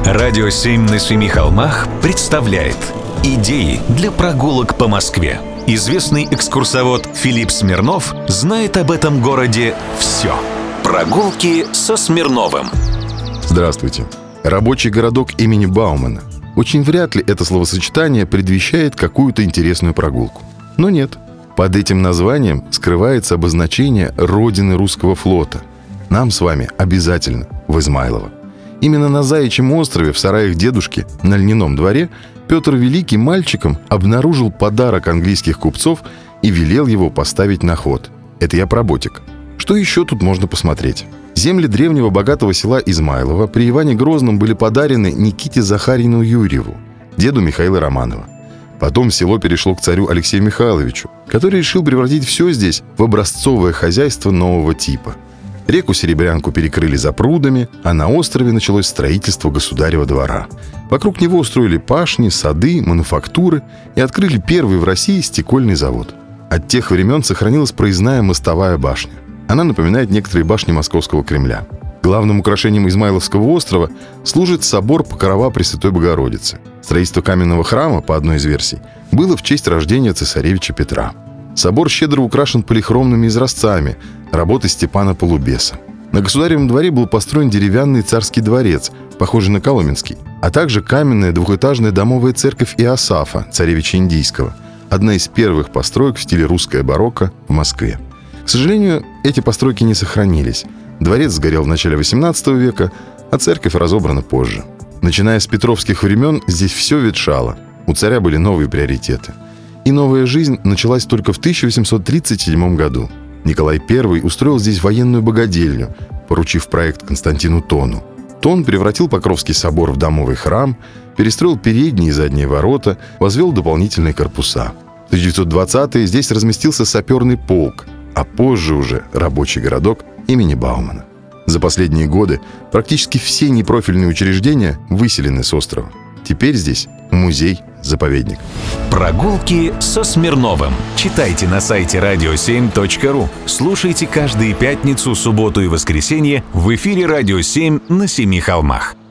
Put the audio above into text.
Радио 7 на семи холмах представляет идеи для прогулок по Москве. Известный экскурсовод Филипп Смирнов знает об этом городе все. Прогулки со Смирновым. Здравствуйте. Рабочий городок имени Баумана. Очень вряд ли это словосочетание предвещает какую-то интересную прогулку. Но нет. Под этим названием скрывается обозначение родины русского флота. Нам с вами обязательно в Измайлово. Именно на Заячьем острове в сараях дедушки на Льняном дворе Петр Великий мальчиком обнаружил подарок английских купцов и велел его поставить на ход. Это я про ботик. Что еще тут можно посмотреть? Земли древнего богатого села Измайлово при Иване Грозном были подарены Никите Захарьину Юрьеву, деду Михаила Романова. Потом село перешло к царю Алексею Михайловичу, который решил превратить все здесь в образцовое хозяйство нового типа. Реку Серебрянку перекрыли запрудами, а на острове началось строительство государева двора. Вокруг него устроили пашни, сады, мануфактуры и открыли первый в России стекольный завод. От тех времен сохранилась проездная мостовая башня. Она напоминает некоторые башни Московского Кремля. Главным украшением Измайловского острова служит собор Покрова Пресвятой Богородицы. Строительство каменного храма, по одной из версий, было в честь рождения цесаревича Петра. Собор щедро украшен полихромными изразцами, работы Степана Полубеса. На государевом дворе был построен деревянный царский дворец, похожий на Коломенский, а также каменная двухэтажная домовая церковь Иосафа, царевича Индийского, одна из первых построек в стиле русское барокко в Москве. К сожалению, эти постройки не сохранились. Дворец сгорел в начале XVIII века, а церковь разобрана позже. Начиная с петровских времен здесь все ветшало. У царя были новые приоритеты. И новая жизнь началась только в 1837 году. Николай I устроил здесь военную богадельню, поручив проект Константину Тону. Тон превратил Покровский собор в домовый храм, перестроил передние и задние ворота, возвел дополнительные корпуса. В 1920-е здесь разместился саперный полк, а позже уже рабочий городок имени Баумана. За последние годы практически все непрофильные учреждения выселены с острова. Теперь здесь музей-заповедник. Прогулки со Смирновым. Читайте на сайте radio7.ru. Слушайте каждые пятницу, субботу и воскресенье в эфире «Радио 7» на Семи холмах.